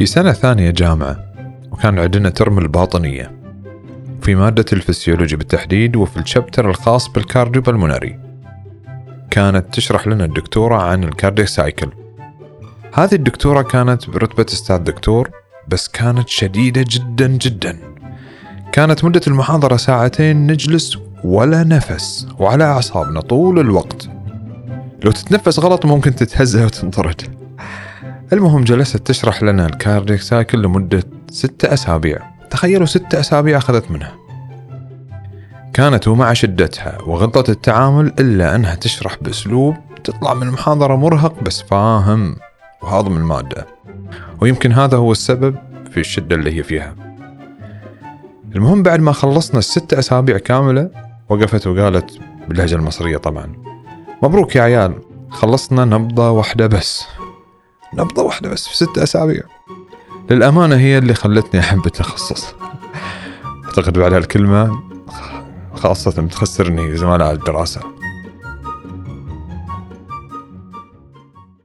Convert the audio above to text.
في سنة ثانية جامعة، وكان عندنا ترم الباطنية في مادة الفسيولوجي بالتحديد، وفي الشابتر الخاص بالكارديوبلمونري. كانت تشرح لنا الدكتورة عن الكاردياك سايكل. هذه الدكتورة كانت برتبة أستاذ دكتور، بس كانت شديدة جدا جدا. كانت مدة المحاضرة 2 ساعات نجلس ولا نفس وعلى أعصابنا طول الوقت، لو تتنفس غلط ممكن تتهزأ وتنطرد. المهم جلست تشرح لنا الكاردياك سايكل لمدة 6 أسابيع. تخيلوا 6 أسابيع أخذت منها. كانت ومع شدتها وغلظة التعامل إلا أنها تشرح بأسلوب تطلع من المحاضرة مرهق بس فاهم وهاضم المادة، ويمكن هذا هو السبب في الشدة اللي هي فيها. المهم بعد ما خلصنا 6 أسابيع كاملة وقفت وقالت باللهجة المصرية طبعا: مبروك يا عيال، خلصنا نبضة واحدة بس. نبضة واحدة بس في 6 أسابيع. للأمانة هي اللي خلتني أحب التخصص. أعتقد بعد هالكلمة خاصة بتخسرني زملاء الدراسة.